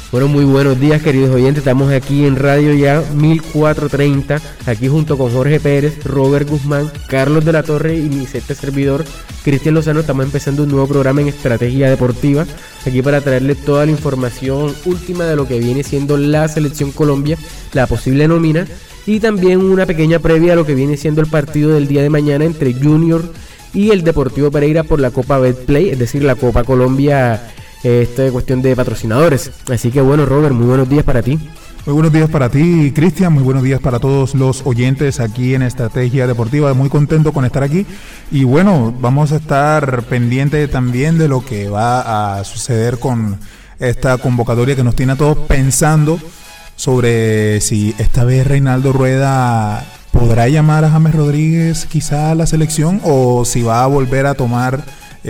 Bueno, muy buenos días, queridos oyentes. Estamos aquí en Radio Ya 1430, aquí junto con Jorge Pérez, Robert Guzmán, Carlos de la Torre y mi servidor, Cristian Lozano. Estamos empezando un nuevo programa en Estrategia Deportiva, aquí para traerle toda la información última de lo que viene siendo la Selección Colombia, la posible nómina y también una pequeña previa a lo que viene siendo el partido del día de mañana entre Junior y el Deportivo Pereira por la Copa Betplay, es decir, la Copa Colombia. Esta es cuestión de patrocinadores. Así que bueno, Robert, muy buenos días para ti. Muy buenos días para ti, Cristian. Muy buenos días para todos los oyentes aquí en Estrategia Deportiva. Muy contento con estar aquí. Y bueno, vamos a estar pendientes también de lo que va a suceder con esta convocatoria que nos tiene a todos pensando sobre si esta vez Reinaldo Rueda podrá llamar a James Rodríguez quizá a la selección o si va a volver a tomar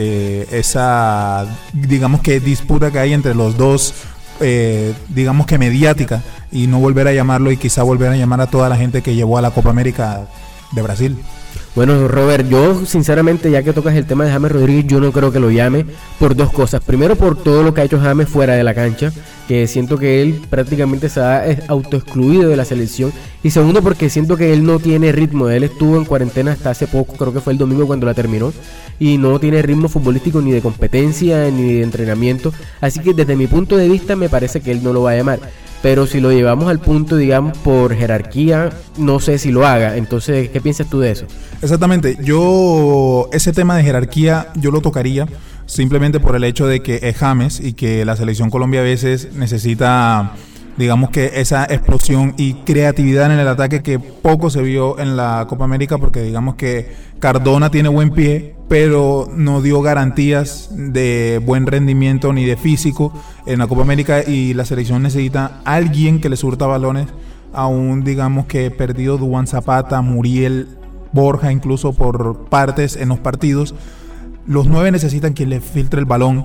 esa, digamos que disputa que hay entre los dos, digamos que mediática, y no volver a llamarlo y quizá volver a llamar a toda la gente que llevó a la Copa América de Brasil. Bueno, Robert, yo sinceramente, ya que tocas el tema de James Rodríguez, yo no creo que lo llame por dos cosas. Primero, por todo lo que ha hecho James fuera de la cancha, que siento que él prácticamente se ha autoexcluido de la selección. Y segundo, porque siento que él no tiene ritmo. Él estuvo en cuarentena hasta hace poco, creo que fue el domingo cuando la terminó, y no tiene ritmo futbolístico ni de competencia ni de entrenamiento. Así que desde mi punto de vista me parece que él no lo va a llamar. Pero si lo llevamos al punto, digamos, por jerarquía, no sé si lo haga. Entonces, ¿qué piensas tú de eso? Exactamente. Yo, ese tema de jerarquía, yo lo tocaría simplemente por el hecho de que es James y que la Selección Colombia a veces necesita, digamos que esa explosión y creatividad en el ataque que poco se vio en la Copa América, porque digamos que Cardona tiene buen pie, pero no dio garantías de buen rendimiento ni de físico en la Copa América, y la selección necesita alguien que le surta balones a un, digamos que perdido Duván Zapata, Muriel, Borja, incluso por partes en los partidos. Los 9 necesitan quien le filtre el balón,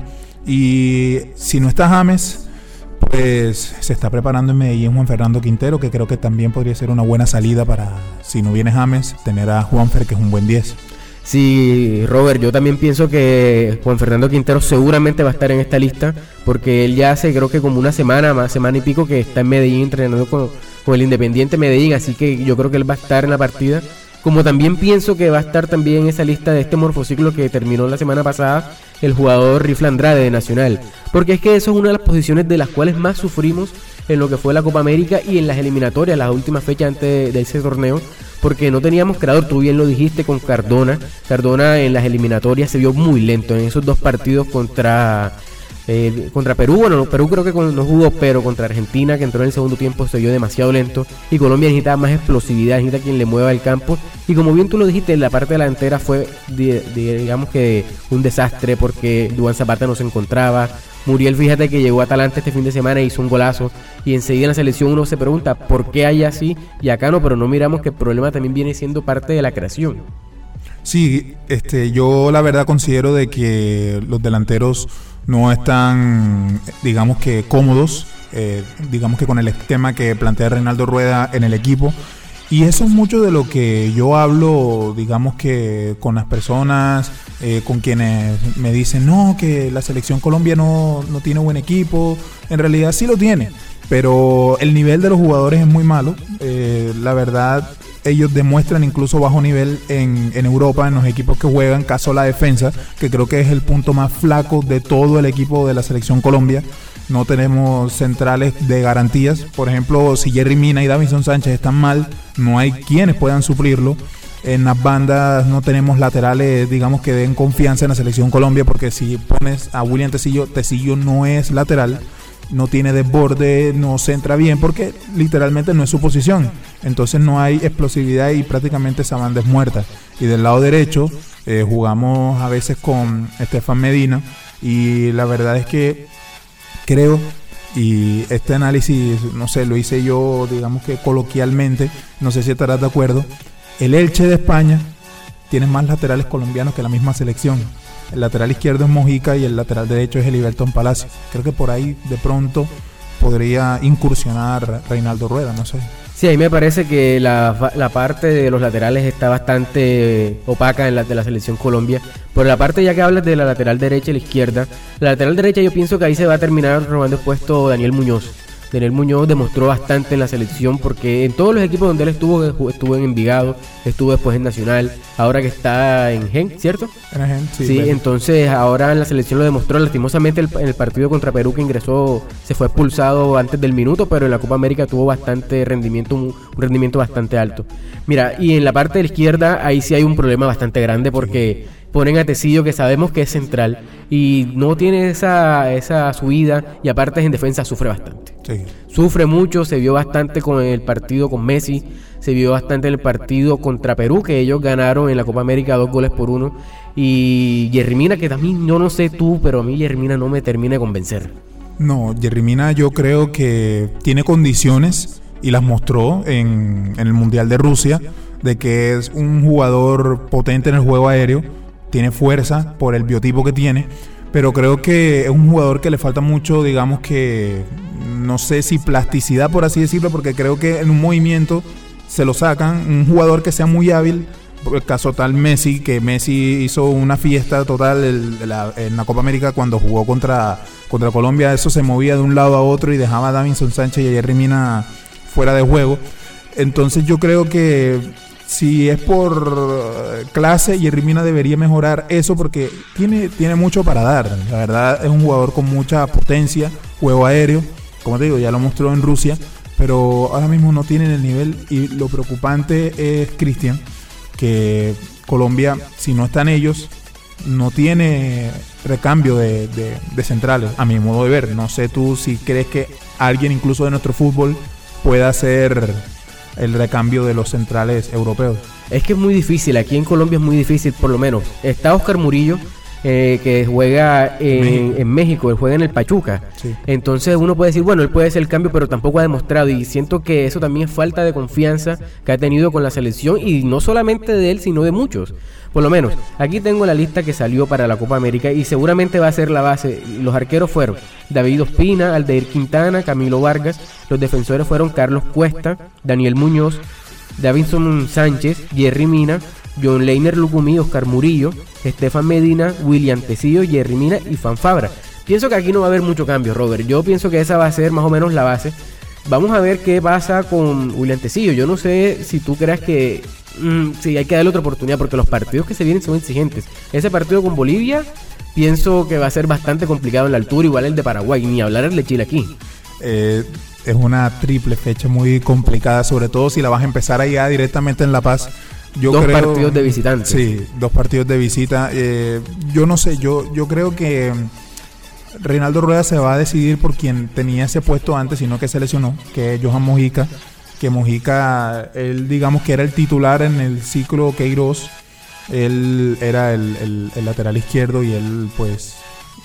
y si no está James, pues se está preparando en Medellín Juan Fernando Quintero, que creo que también podría ser una buena salida para, si no viene James, tener a Juanfer, que es un buen 10. Sí, Robert, yo también pienso que Juan Fernando Quintero seguramente va a estar en esta lista, porque él ya hace creo que como una semana y pico que está en Medellín entrenando con el Independiente Medellín, así que yo creo que él va a estar en la partida. Como también pienso que va a estar también en esa lista de este morfociclo que terminó la semana pasada el jugador Rifle Andrade de Nacional, porque es que eso es una de las posiciones de las cuales más sufrimos en lo que fue la Copa América y en las eliminatorias, las últimas fechas antes de ese torneo, porque no teníamos creador. Tú bien lo dijiste con Cardona en las eliminatorias se vio muy lento en esos dos partidos contra Perú. Bueno, Perú creo que no jugó, pero contra Argentina, que entró en el segundo tiempo, se vio demasiado lento, y Colombia necesitaba más explosividad, necesita quien le mueva el campo, y como bien tú lo dijiste, la parte delantera fue digamos que un desastre, porque Duván Zapata no se encontraba. Muriel, fíjate que llegó a Atalanta este fin de semana e hizo un golazo, y enseguida en la selección uno se pregunta por qué hay así y acá no, pero no miramos que el problema también viene siendo parte de la creación. Sí, yo la verdad considero de que los delanteros no están, digamos que cómodos, digamos que con el esquema que plantea Reinaldo Rueda en el equipo, y eso es mucho de lo que yo hablo, digamos que con las personas, con quienes me dicen no, que la Selección Colombia no tiene buen equipo. En realidad sí lo tiene, pero el nivel de los jugadores es muy malo. La verdad, ellos demuestran incluso bajo nivel en Europa, en los equipos que juegan, caso la defensa, que creo que es el punto más flaco de todo el equipo de la Selección Colombia. No tenemos centrales de garantías. Por ejemplo, si Jerry Mina y Davinson Sánchez están mal, no hay quienes puedan suplirlo. En las bandas no tenemos laterales, digamos, que den confianza en la Selección Colombia, porque si pones a William Tecillo no es lateral, no tiene desborde, no centra bien, porque literalmente no es su posición. Entonces no hay explosividad y prácticamente esa banda es muerta. Y del lado derecho jugamos a veces con Estefan Medina, y la verdad es que creo, y este análisis, no sé, lo hice yo, digamos que coloquialmente, no sé si estarás de acuerdo, el Elche de España tiene más laterales colombianos que la misma selección. El lateral izquierdo es Mojica y el lateral derecho es Heliberton Palacio. Creo que por ahí de pronto podría incursionar Reinaldo Rueda, no sé. Sí, a mí me parece que la parte de los laterales está bastante opaca en de la selección Colombia. Por la parte ya que hablas de la lateral derecha y la izquierda, la lateral derecha yo pienso que ahí se va a terminar robando el puesto Daniel Muñoz. Daniel Muñoz demostró bastante en la selección porque en todos los equipos donde él estuvo en Envigado, estuvo después en Nacional, ahora que está en Gen, ¿cierto? En Gen, sí. Sí, entonces ahora en la selección lo demostró. Lastimosamente en el partido contra Perú que ingresó se fue expulsado antes del minuto, pero en la Copa América tuvo bastante rendimiento, un rendimiento bastante alto. Mira, y en la parte de la izquierda ahí sí hay un problema bastante grande porque ponen a Tecillo, que sabemos que es central y no tiene esa subida, y aparte en defensa sufre bastante. Sí. Sufre mucho, se vio bastante con el partido con Messi, se vio bastante en el partido contra Perú, que ellos ganaron en la Copa América 2-1, y Yerry Mina, que también, yo no sé tú, pero a mí Yerry Mina no me termina de convencer. No, Yerry Mina yo creo que tiene condiciones y las mostró en el Mundial de Rusia, de que es un jugador potente en el juego aéreo, tiene fuerza por el biotipo que tiene, pero creo que es un jugador que le falta mucho, digamos que, no sé si plasticidad por así decirlo, porque creo que en un movimiento se lo sacan, un jugador que sea muy hábil, por el caso tal Messi, que Messi hizo una fiesta total en la Copa América cuando jugó contra Colombia, eso se movía de un lado a otro y dejaba a Davinson Sánchez y a Yerry Mina fuera de juego. Entonces yo creo que si es por clase, Yerry Mina debería mejorar eso porque tiene mucho para dar. La verdad es un jugador con mucha potencia, juego aéreo, como te digo, ya lo mostró en Rusia, pero ahora mismo no tienen el nivel, y lo preocupante es Cristian, que Colombia, si no están ellos, no tiene recambio de centrales, a mi modo de ver. No sé tú si crees que alguien incluso de nuestro fútbol pueda hacer el recambio de los centrales europeos. Es que es muy difícil, aquí en Colombia es muy difícil, por lo menos. Está Oscar Murillo, que juega en México, él juega en el Pachuca. Sí. Entonces uno puede decir, bueno, él puede hacer el cambio, pero tampoco ha demostrado, y siento que eso también es falta de confianza que ha tenido con la selección, y no solamente de él, sino de muchos. Por lo menos, aquí tengo la lista que salió para la Copa América y seguramente va a ser la base. Los arqueros fueron David Ospina, Aldair Quintana, Camilo Vargas. Los defensores fueron Carlos Cuesta, Daniel Muñoz, Davinson Sánchez, Yerry Mina, John Leiner Lucumí, Oscar Murillo, Estefan Medina, William Tecillo, Yerry Mina y Fan Fabra. Pienso que aquí no va a haber mucho cambio, Robert. Yo pienso que esa va a ser más o menos la base. Vamos a ver qué pasa con William Tecillo. Yo no sé si tú creas que sí, hay que darle otra oportunidad, porque los partidos que se vienen son exigentes. Ese partido con Bolivia pienso que va a ser bastante complicado en la altura, igual el de Paraguay, ni hablar el de Chile aquí. Es una triple fecha muy complicada, sobre todo si la vas a empezar allá directamente en La Paz. Dos partidos de visitantes. Sí, 2 partidos de visita. Yo no sé, yo creo que Reinaldo Rueda se va a decidir por quien tenía ese puesto antes, sino que se lesionó, que es Johan Mojica. Que Mojica, él digamos que era el titular en el ciclo Queiroz. Él era el lateral izquierdo y él pues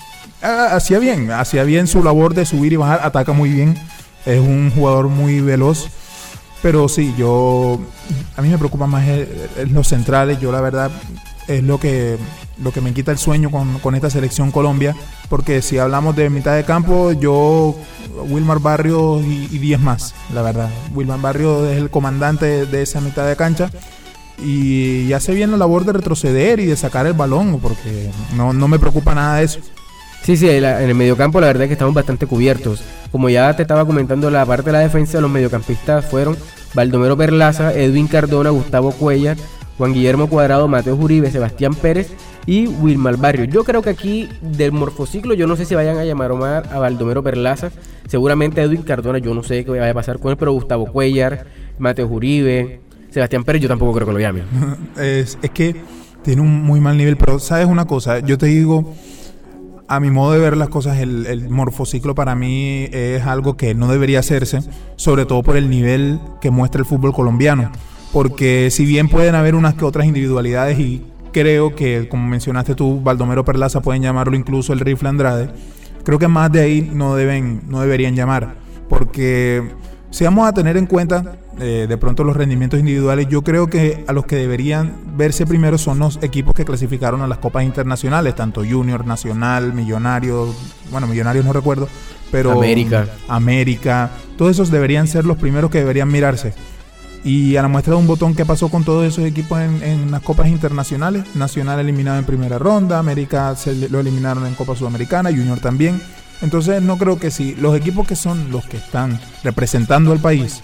hacía bien su labor de subir y bajar, ataca muy bien, es un jugador muy veloz, pero sí, a mí me preocupa más los centrales. Yo la verdad es lo que me quita el sueño con esta selección Colombia, porque si hablamos de mitad de campo, Wilmar Barrios y 10 más, la verdad. Wilmar Barrios es el comandante de esa mitad de cancha y hace bien la labor de retroceder y de sacar el balón, porque no me preocupa nada de eso. Sí, en el mediocampo la verdad es que estamos bastante cubiertos. Como ya te estaba comentando, la parte de la defensa, los mediocampistas fueron Baldomero Perlaza, Edwin Cardona, Gustavo Cuellar, Juan Guillermo Cuadrado, Mateo Uribe, Sebastián Pérez y Wilmar Barrios. Yo creo que aquí del morfociclo, yo no sé si vayan a llamar a Baldomero Perlaza, seguramente Edwin Cardona, yo no sé qué vaya a pasar con él, pero Gustavo Cuellar, Mateo Uribe, Sebastián Pérez, yo tampoco creo que lo llamen. Es que tiene un muy mal nivel, pero ¿sabes una cosa? Yo te digo, a mi modo de ver las cosas, el morfociclo para mí es algo que no debería hacerse, sobre todo por el nivel que muestra el fútbol colombiano. Porque si bien pueden haber unas que otras individualidades, y creo que, como mencionaste tú, Baldomero Perlaza pueden llamarlo incluso el Rifle Andrade, creo que más de ahí no deberían llamar. Porque si vamos a tener en cuenta de pronto los rendimientos individuales, yo creo que a los que deberían verse primero son los equipos que clasificaron a las copas internacionales, tanto Junior, Nacional, Millonarios, Millonarios no recuerdo, pero América, todos esos deberían ser los primeros que deberían mirarse. Y a la muestra de un botón, ¿qué pasó con todos esos equipos en las copas internacionales? Nacional eliminado en primera ronda, América lo eliminaron en Copa Sudamericana, Junior también. Entonces no creo que si los equipos que son los que están representando al país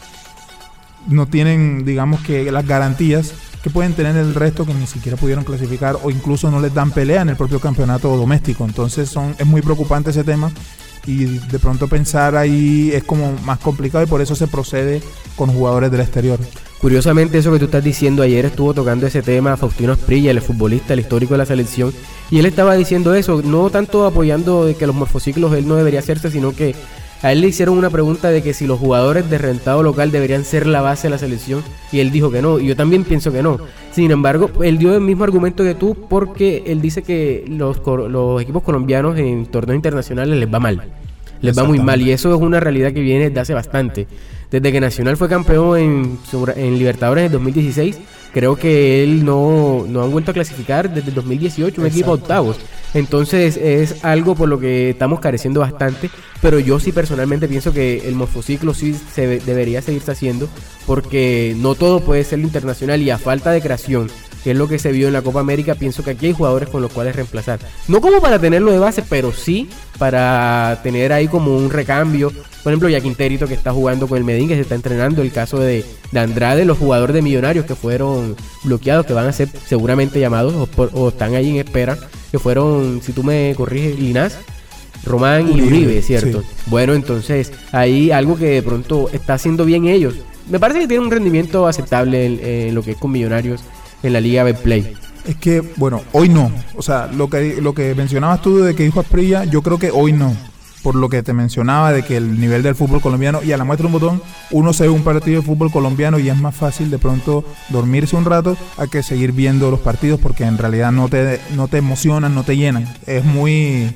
no tienen, digamos, que las garantías que pueden tener el resto, que ni siquiera pudieron clasificar o incluso no les dan pelea en el propio campeonato doméstico. Entonces es muy preocupante ese tema. Y de pronto pensar ahí es como más complicado y por eso se procede con jugadores del exterior. Curiosamente, eso que tú estás diciendo, ayer estuvo tocando ese tema Faustino Asprilla, el futbolista, el histórico de la selección, y él estaba diciendo eso, no tanto apoyando de que los morfociclos él no debería hacerse, sino que a él le hicieron una pregunta de que si los jugadores de rentado local deberían ser la base de la selección, y él dijo que no, y yo también pienso que no. Sin embargo, él dio el mismo argumento que tú, porque él dice que los equipos colombianos en torneos internacionales les va mal. Les va muy mal, y eso es una realidad que viene desde hace bastante. Desde que Nacional fue campeón en Libertadores en el 2016, creo que él no han vuelto a clasificar desde el 2018, un equipo octavos. Entonces es algo por lo que estamos careciendo bastante, pero yo sí personalmente pienso que el morfociclo sí debería seguirse haciendo, porque no todo puede ser lo internacional, y a falta de creación, que es lo que se vio en la Copa América, pienso que aquí hay jugadores con los cuales reemplazar. No como para tenerlo de base, pero sí para tener ahí como un recambio. Por ejemplo, ya Quinterito, que está jugando con el Medellín, que se está entrenando. El caso de Andrade, los jugadores de Millonarios que fueron bloqueados, que van a ser seguramente llamados o están ahí en espera, que fueron, si tú me corriges, Linás, Román y Uribe, ¿cierto? Sí. Bueno, entonces, ahí algo que de pronto está haciendo bien ellos. Me parece que tiene un rendimiento aceptable en lo que es con Millonarios en la Liga Betplay. Es que, bueno, hoy no. O sea, lo que mencionabas tú de que dijo Asprilla, yo creo que hoy no. Por lo que te mencionaba de que el nivel del fútbol colombiano, y a la muestra de un botón, uno se ve un partido de fútbol colombiano y es más fácil de pronto dormirse un rato a que seguir viendo los partidos, porque en realidad no te emocionan, no te llenan. Es muy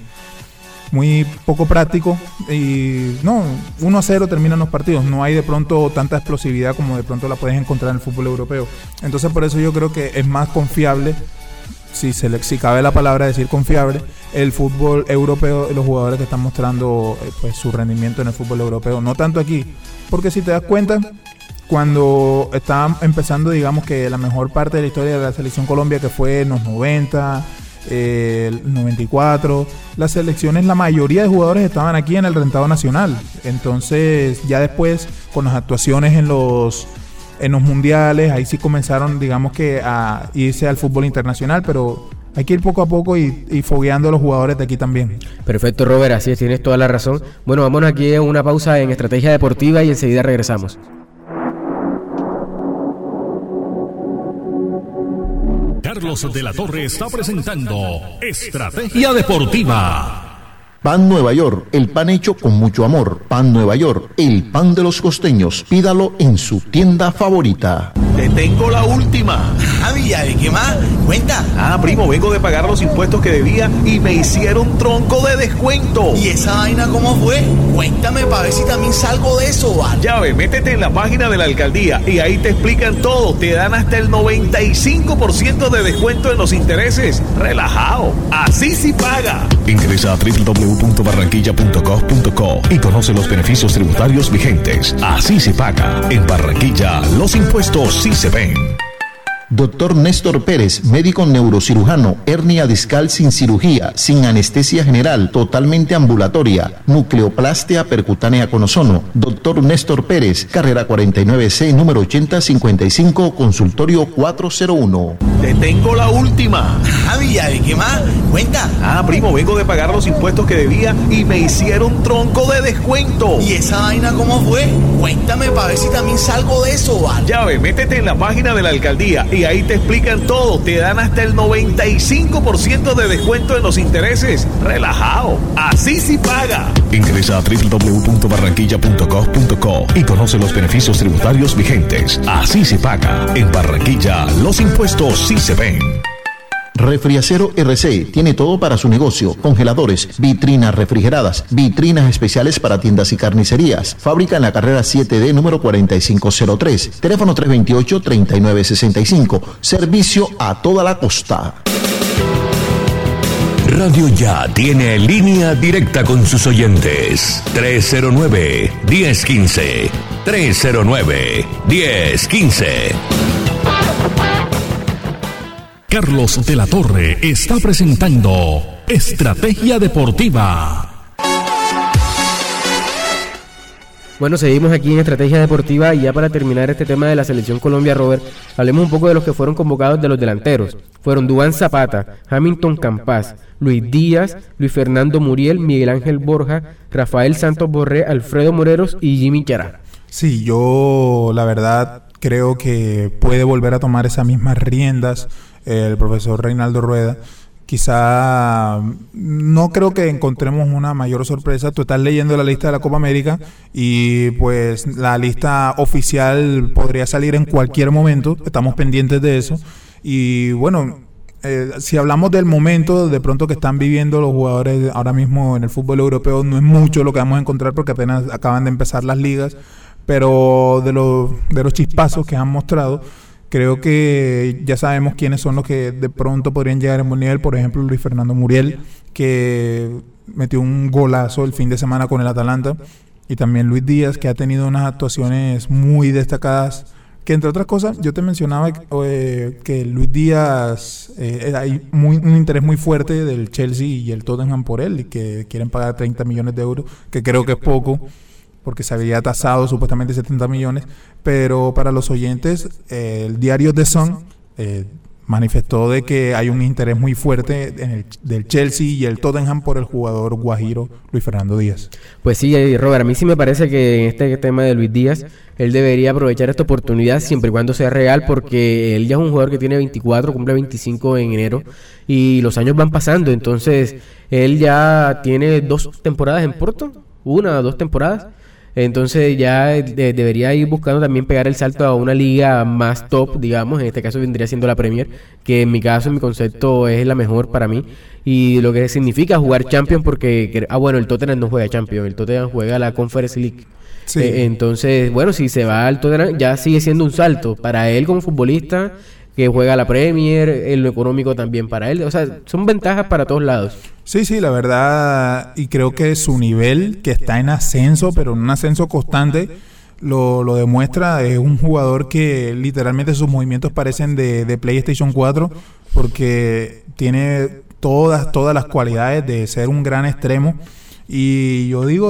poco práctico y no, 1-0 terminan los partidos, no hay de pronto tanta explosividad como de pronto la puedes encontrar en el fútbol europeo. Entonces por eso yo creo que es más confiable, si cabe la palabra decir confiable, el fútbol europeo, los jugadores que están mostrando pues su rendimiento en el fútbol europeo, no tanto aquí, porque si te das cuenta, cuando estaba empezando, digamos que la mejor parte de la historia de la selección Colombia, que fue en los 90, el 94, las selecciones, la mayoría de jugadores estaban aquí en el rentado nacional. Entonces ya después, con las actuaciones en los mundiales, ahí sí comenzaron, digamos que a irse al fútbol internacional, pero hay que ir poco a poco y fogueando a los jugadores de aquí también. Perfecto, Robert, así es, tienes toda la razón. Bueno, vámonos aquí a una pausa en Estrategia Deportiva y enseguida regresamos. Carlos de la Torre está presentando Estrategia Deportiva. Pan Nueva York, el pan hecho con mucho amor. Pan Nueva York, el pan de los costeños. Pídalo en su tienda favorita. Te tengo la última. Villa, ¿de qué más? Cuenta. Primo, vengo de pagar los impuestos que debía y me hicieron tronco de descuento. ¿Y esa vaina cómo fue? Cuéntame para ver si también salgo de eso, ¿vale? Ya ve, métete en la página de la alcaldía y ahí te explican todo. Te dan hasta el 95% de descuento en los intereses. Relajado. Así sí paga. Ingresa a www.barranquilla.gov.co y conoce los beneficios tributarios vigentes. Así se paga. En Barranquilla, los impuestos sí se ven. Doctor Néstor Pérez, médico neurocirujano, hernia discal sin cirugía, sin anestesia general, totalmente ambulatoria, nucleoplastia percutánea con ozono. Doctor Néstor Pérez, carrera 49C, número 8055, consultorio 401. Te tengo la última. Villa, ¿de qué más? Cuenta. Primo, vengo de pagar los impuestos que debía y me hicieron tronco de descuento. ¿Y esa vaina cómo fue? Cuéntame para ver si también salgo de eso, ¿vale? Ya ve, métete en la página de la alcaldía y ahí te explican todo. Te dan hasta el 95% de descuento en los intereses. Relajado. Así sí paga. Ingresa a www.barranquilla.gov.co y conoce los beneficios tributarios vigentes. Así se paga. En Barranquilla, los impuestos sí se ven. Refriacero RC tiene todo para su negocio: congeladores, vitrinas refrigeradas, vitrinas especiales para tiendas y carnicerías. Fábrica en la carrera 7D número 4503, teléfono 328-3965, servicio a toda la costa. Radio Ya tiene línea directa con sus oyentes. 309-1015. 309-1015. Carlos de la Torre está presentando Estrategia Deportiva. Bueno, seguimos aquí en Estrategia Deportiva y ya para terminar este tema de la Selección Colombia, Robert, hablemos un poco de los que fueron convocados de los delanteros. Fueron Duván Zapata, Hamilton Campas, Luis Díaz, Luis Fernando Muriel, Miguel Ángel Borja, Rafael Santos Borré, Alfredo Morelos y Jimmy Chará. Sí, yo la verdad creo que puede volver a tomar esas mismas riendas el profesor Reinaldo Rueda. Quizá no creo que encontremos una mayor sorpresa. Tú estás leyendo la lista de la Copa América y pues la lista oficial podría salir en cualquier momento. Estamos pendientes de eso. Y bueno, si hablamos del momento de pronto que están viviendo los jugadores ahora mismo en el fútbol europeo, no es mucho lo que vamos a encontrar porque apenas acaban de empezar las ligas, pero de los chispazos que han mostrado, creo que ya sabemos quiénes son los que de pronto podrían llegar en buen nivel. Por ejemplo, Luis Fernando Muriel, que metió un golazo el fin de semana con el Atalanta, y también Luis Díaz, que ha tenido unas actuaciones muy destacadas, que entre otras cosas, yo te mencionaba que Luis Díaz, hay un interés muy fuerte del Chelsea y el Tottenham por él, y que quieren pagar 30 millones de euros, que creo que es poco, porque se había tasado supuestamente 70 millones, pero para los oyentes, el diario The Sun manifestó de que hay un interés muy fuerte del Chelsea y el Tottenham por el jugador guajiro Luis Fernando Díaz. Pues sí, Robert, a mí sí me parece que en este tema de Luis Díaz, él debería aprovechar esta oportunidad siempre y cuando sea real, porque él ya es un jugador que tiene 24, cumple 25 en enero, y los años van pasando. Entonces él ya tiene 2 temporadas en Porto, 1 o 2 temporadas. Entonces ya debería ir buscando también pegar el salto a una liga más top, digamos. En este caso vendría siendo la Premier, que en mi caso, en mi concepto, es la mejor para mí. Y lo que significa jugar Champions, porque bueno, el Tottenham no juega Champions, el Tottenham juega la Conference League. Sí. Entonces, bueno, si se va al Tottenham, ya sigue siendo un salto para él como futbolista, que juega la Premier, en lo económico también para él. O sea, son ventajas para todos lados. Sí, la verdad, y creo que su nivel, que está en ascenso, pero en un ascenso constante, lo demuestra. Es un jugador que literalmente sus movimientos parecen de PlayStation 4, porque tiene todas las cualidades de ser un gran extremo. Y yo digo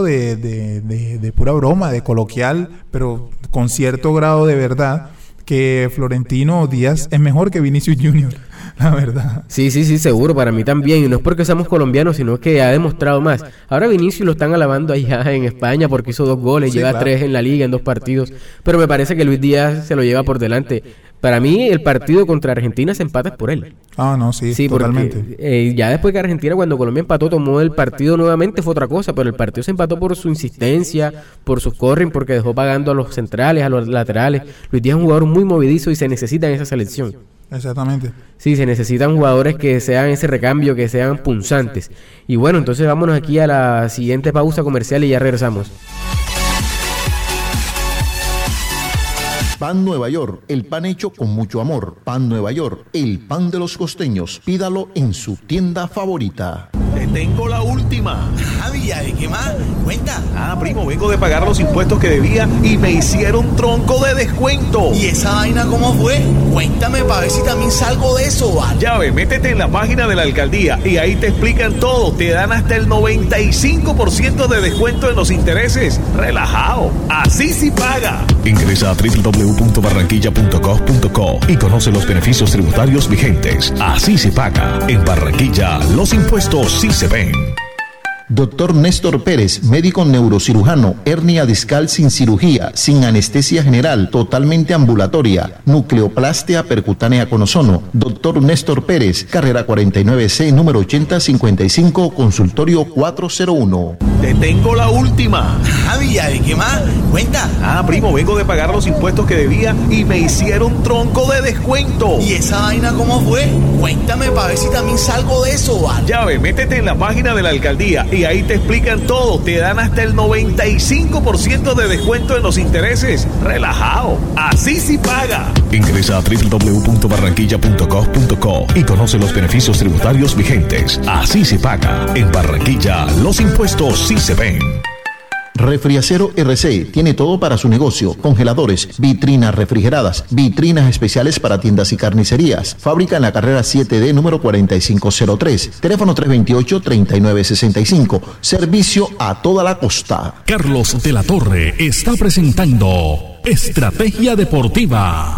de pura broma, de coloquial, pero con cierto grado de verdad, que Florentino Díaz es mejor que Vinicius Junior, la verdad. Sí, seguro, para mí también. Y no es porque seamos colombianos, sino que ha demostrado más. Ahora Vinicius lo están alabando allá en España porque hizo 2 goles, sí, lleva claro, 3 en la liga en 2 partidos. Pero me parece que Luis Díaz se lo lleva por delante. Para mí, el partido contra Argentina se empata por él. Ah, no, sí totalmente. Porque, ya después que Argentina, cuando Colombia empató, tomó el partido nuevamente, fue otra cosa, pero el partido se empató por su insistencia, por sus corring, porque dejó pagando a los centrales, a los laterales. Luis Díaz es un jugador muy movidizo y se necesita en esa selección. Exactamente. Sí, se necesitan jugadores que sean ese recambio, que sean punzantes. Y bueno, entonces vámonos aquí a la siguiente pausa comercial y ya regresamos. Pan Nueva York, el pan hecho con mucho amor. Pan Nueva York, el pan de los costeños. Pídalo en su tienda favorita. Te tengo la última. Villa, ¿y qué más? Cuenta. Primo, vengo de pagar los impuestos que debía y me hicieron tronco de descuento. ¿Y esa vaina cómo fue? Cuéntame para ver si también salgo de eso, ¿vale? Ya ve, métete en la página de la alcaldía y ahí te explican todo. Te dan hasta el 95% de descuento en los intereses. Relajado. Así sí paga. Ingresa a www.barranquilla.gov.co y conoce los beneficios tributarios vigentes. Así se paga. En Barranquilla, los impuestos sí se ven. Doctor Néstor Pérez, médico neurocirujano, hernia discal sin cirugía, sin anestesia general, totalmente ambulatoria, nucleoplastia percutánea con ozono. Doctor Néstor Pérez, carrera 49C, número 8055, consultorio 401. Te tengo la última. Villa, ¿y qué más? Cuenta. Primo, vengo de pagar los impuestos que debía y me hicieron tronco de descuento. ¿Y esa vaina cómo fue? Cuéntame para ver si también salgo de eso, ¿vale? Ya ve, métete en la página de la alcaldía y ahí te explican todo. Te dan hasta el 95% de descuento en los intereses. Relajado. Así sí paga. Ingresa a www.barranquilla.gov.co y conoce los beneficios tributarios vigentes. Así se paga. En Barranquilla, los impuestos sí se ven. Refriacero RC tiene todo para su negocio: congeladores, vitrinas refrigeradas, vitrinas especiales para tiendas y carnicerías. Fábrica en la carrera 7D número 4503, teléfono 328-3965, servicio a toda la costa. Carlos de la Torre está presentando Estrategia Deportiva.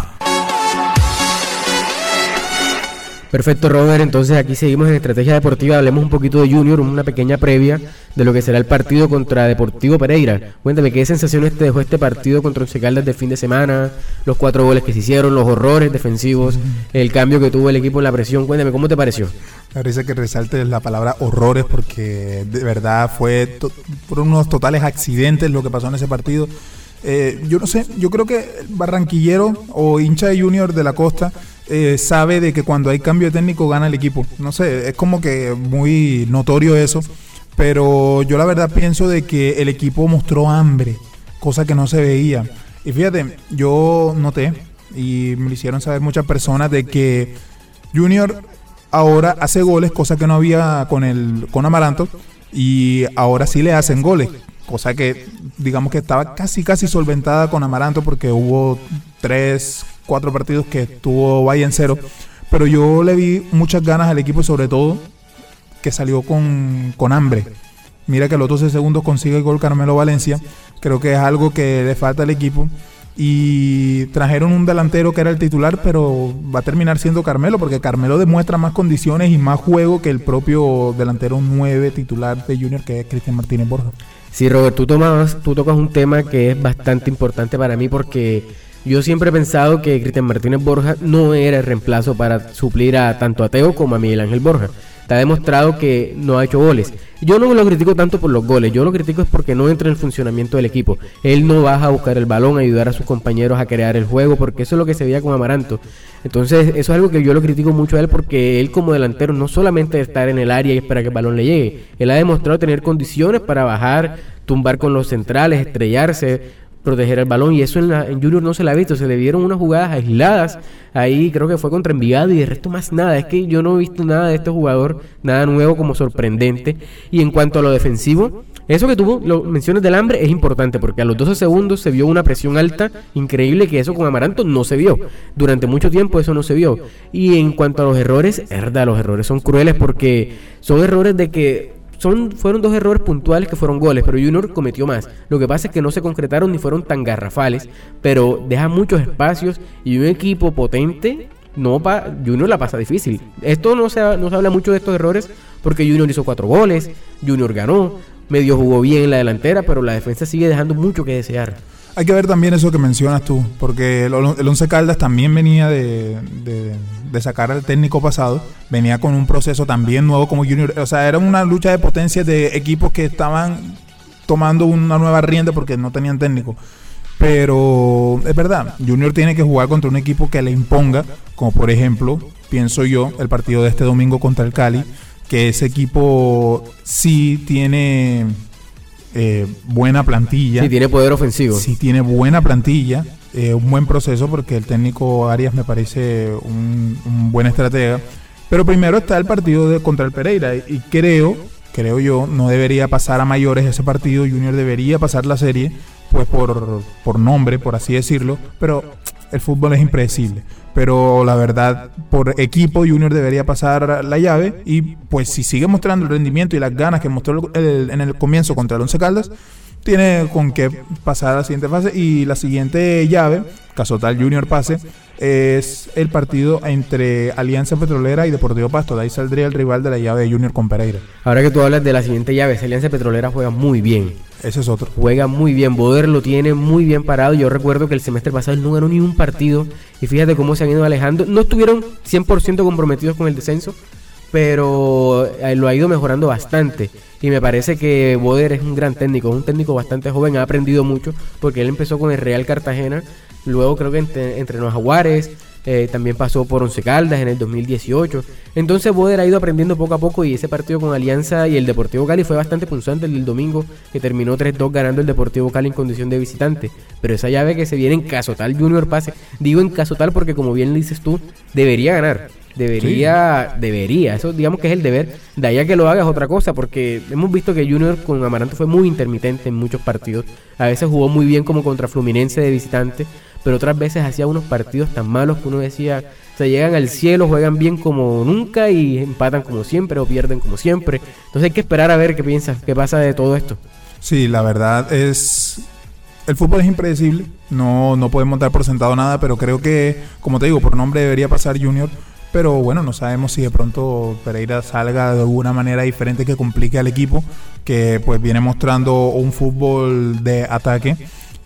Perfecto, Robert, entonces aquí seguimos en Estrategia Deportiva. Hablemos un poquito de Junior, una pequeña previa de lo que será el partido contra Deportivo Pereira. Cuéntame, ¿qué sensaciones te dejó este partido contra Once Caldas del fin de semana? Los 4 goles que se hicieron, los horrores defensivos, el cambio que tuvo el equipo en la presión. Cuéntame, ¿cómo te pareció? Me parece que resalte la palabra horrores, porque de verdad fueron unos totales accidentes lo que pasó en ese partido. Yo no sé, yo creo que el barranquillero o hincha de Junior de la costa sabe de que cuando hay cambio de técnico gana el equipo. No sé, es como que muy notorio eso, pero yo la verdad pienso de que el equipo mostró hambre, cosa que no se veía. Y fíjate, yo noté, y me lo hicieron saber muchas personas, de que Junior ahora hace goles, cosa que no había con Amaranto, y ahora sí le hacen goles, cosa que digamos que estaba casi solventada con Amaranto, porque hubo 3-4 partidos que estuvo Valle en cero, pero yo le vi muchas ganas al equipo, sobre todo que salió con hambre. Mira que a los 12 segundos consigue el gol Carmelo Valencia, creo que es algo que le falta al equipo, y trajeron un delantero que era el titular, pero va a terminar siendo Carmelo, porque Carmelo demuestra más condiciones y más juego que el propio delantero 9 titular de Junior, que es Cristian Martínez Borja. Sí, Robert, tú tocas un tema que es bastante importante para mí, porque yo siempre he pensado que Cristian Martínez Borja no era el reemplazo para suplir tanto a Teo como a Miguel Ángel Borja. Está demostrado que no ha hecho goles. Yo no lo critico tanto por los goles, yo lo critico es porque no entra en el funcionamiento del equipo. Él no baja a buscar el balón, a ayudar a sus compañeros a crear el juego, porque eso es lo que se veía con Amaranto. Entonces, eso es algo que yo lo critico mucho a él, porque él como delantero no solamente estar en el área y esperar que el balón le llegue, él ha demostrado tener condiciones para bajar, tumbar con los centrales, estrellarse, proteger el balón, y eso en Junior no se la ha visto. Se le dieron unas jugadas aisladas, ahí creo que fue contra Envigado, y de resto más nada. Es que yo no he visto nada de este jugador, nada nuevo como sorprendente. Y en cuanto a lo defensivo, eso que tuvo, lo menciones del hambre, es importante, porque a los 12 segundos se vio una presión alta, increíble, que eso con Amaranto no se vio. Durante mucho tiempo eso no se vio. Y en cuanto a los errores, es verdad, los errores son crueles, porque son errores de que fueron 2 errores puntuales que fueron goles, pero Junior cometió más. Lo que pasa es que no se concretaron ni fueron tan garrafales, pero deja muchos espacios, y un equipo potente, Junior la pasa difícil. Esto no se habla mucho de estos errores, porque Junior hizo 4 goles, Junior ganó, medio jugó bien en la delantera, pero la defensa sigue dejando mucho que desear. Hay que ver también eso que mencionas tú, porque el Once Caldas también venía de sacar al técnico pasado, venía con un proceso también nuevo como Junior, o sea, era una lucha de potencias de equipos que estaban tomando una nueva rienda porque no tenían técnico. Pero es verdad, Junior tiene que jugar contra un equipo que le imponga, como por ejemplo, pienso yo, el partido de este domingo contra el Cali, que ese equipo sí tiene buena plantilla. Sí, tiene poder ofensivo. Sí, tiene buena plantilla, un buen proceso, porque el técnico Arias me parece un buen estratega. Pero primero está el partido contra el Pereira, y creo yo, no debería pasar a mayores ese partido. Junior debería pasar la serie, pues por nombre, por así decirlo, pero el fútbol es impredecible. Pero la verdad, por equipo, Junior debería pasar la llave, y pues si sigue mostrando el rendimiento y las ganas que mostró en el comienzo contra el Once Caldas, tiene con qué pasar a la siguiente fase. Y la siguiente llave, caso tal Junior pase, es el partido entre Alianza Petrolera y Deportivo Pasto. De ahí saldría el rival de la llave de Junior con Pereira. Ahora que tú hablas de la siguiente llave, Alianza Petrolera juega muy bien. Ese es otro. Juega muy bien, Boder lo tiene muy bien parado. Yo recuerdo que el semestre pasado él no ganó ni un partido, y fíjate cómo se han ido alejando. No estuvieron 100% comprometidos con el descenso, pero lo ha ido mejorando bastante. Y me parece que Boder es un gran técnico, es un técnico bastante joven, ha aprendido mucho, porque él empezó con el Real Cartagena, luego creo que entrenó a Jaguares, también pasó por Once Caldas en el 2018. Entonces Boder ha ido aprendiendo poco a poco y ese partido con Alianza y el Deportivo Cali fue bastante punzante el del domingo, que terminó 3-2 ganando el Deportivo Cali en condición de visitante. Pero esa llave que se viene en caso tal Junior pase, digo en caso tal porque como bien dices tú, debería ganar. Debería, eso digamos que es el deber. De ahí a que lo haga es otra cosa, porque hemos visto que Junior con Amaranto fue muy intermitente en muchos partidos. A veces jugó muy bien como contra Fluminense de visitante, pero otras veces hacía unos partidos tan malos que uno decía, se llegan al cielo, juegan bien como nunca y empatan como siempre o pierden como siempre. Entonces hay que esperar a ver qué piensas, qué pasa de todo esto. Sí, la verdad es... El fútbol es impredecible, no podemos dar por sentado nada, pero creo que, como te digo, por nombre debería pasar Junior. Pero bueno, no sabemos si de pronto Pereira salga de alguna manera diferente que complique al equipo, que pues viene mostrando un fútbol de ataque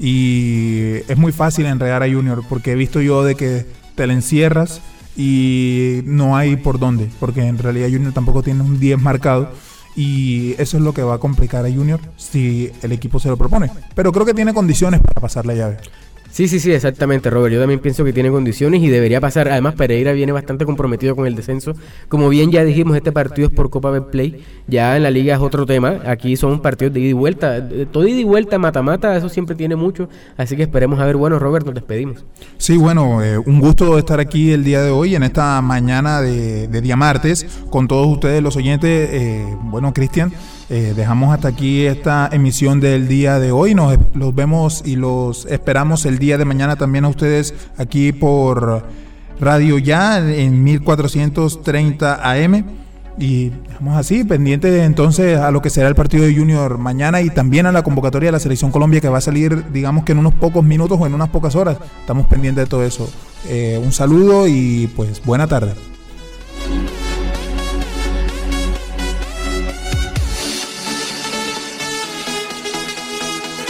y es muy fácil enredar a Junior porque he visto yo de que te le encierras y no hay por dónde, porque en realidad Junior tampoco tiene un 10 marcado y eso es lo que va a complicar a Junior si el equipo se lo propone. Pero creo que tiene condiciones para pasar la llave. Sí, exactamente, Robert. Yo también pienso que tiene condiciones y debería pasar. Además, Pereira viene bastante comprometido con el descenso. Como bien ya dijimos, este partido es por Copa Betplay. Ya en la liga es otro tema. Aquí son partidos de ida y vuelta. Todo ida y vuelta, mata-mata, eso siempre tiene mucho. Así que esperemos a ver. Bueno, Robert, nos despedimos. Sí, bueno, un gusto estar aquí el día de hoy, en esta mañana de día martes, con todos ustedes los oyentes. Bueno, Cristian, dejamos hasta aquí esta emisión del día de hoy. Los vemos y los esperamos el día de mañana también a ustedes aquí por Radio Ya en 1430 AM. Y vamos así, pendientes entonces a lo que será el partido de Junior mañana y también a la convocatoria de la Selección Colombia que va a salir, digamos que en unos pocos minutos o en unas pocas horas. Estamos pendientes de todo eso. Un saludo y pues buena tarde.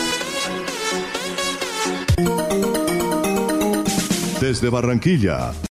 Desde Barranquilla.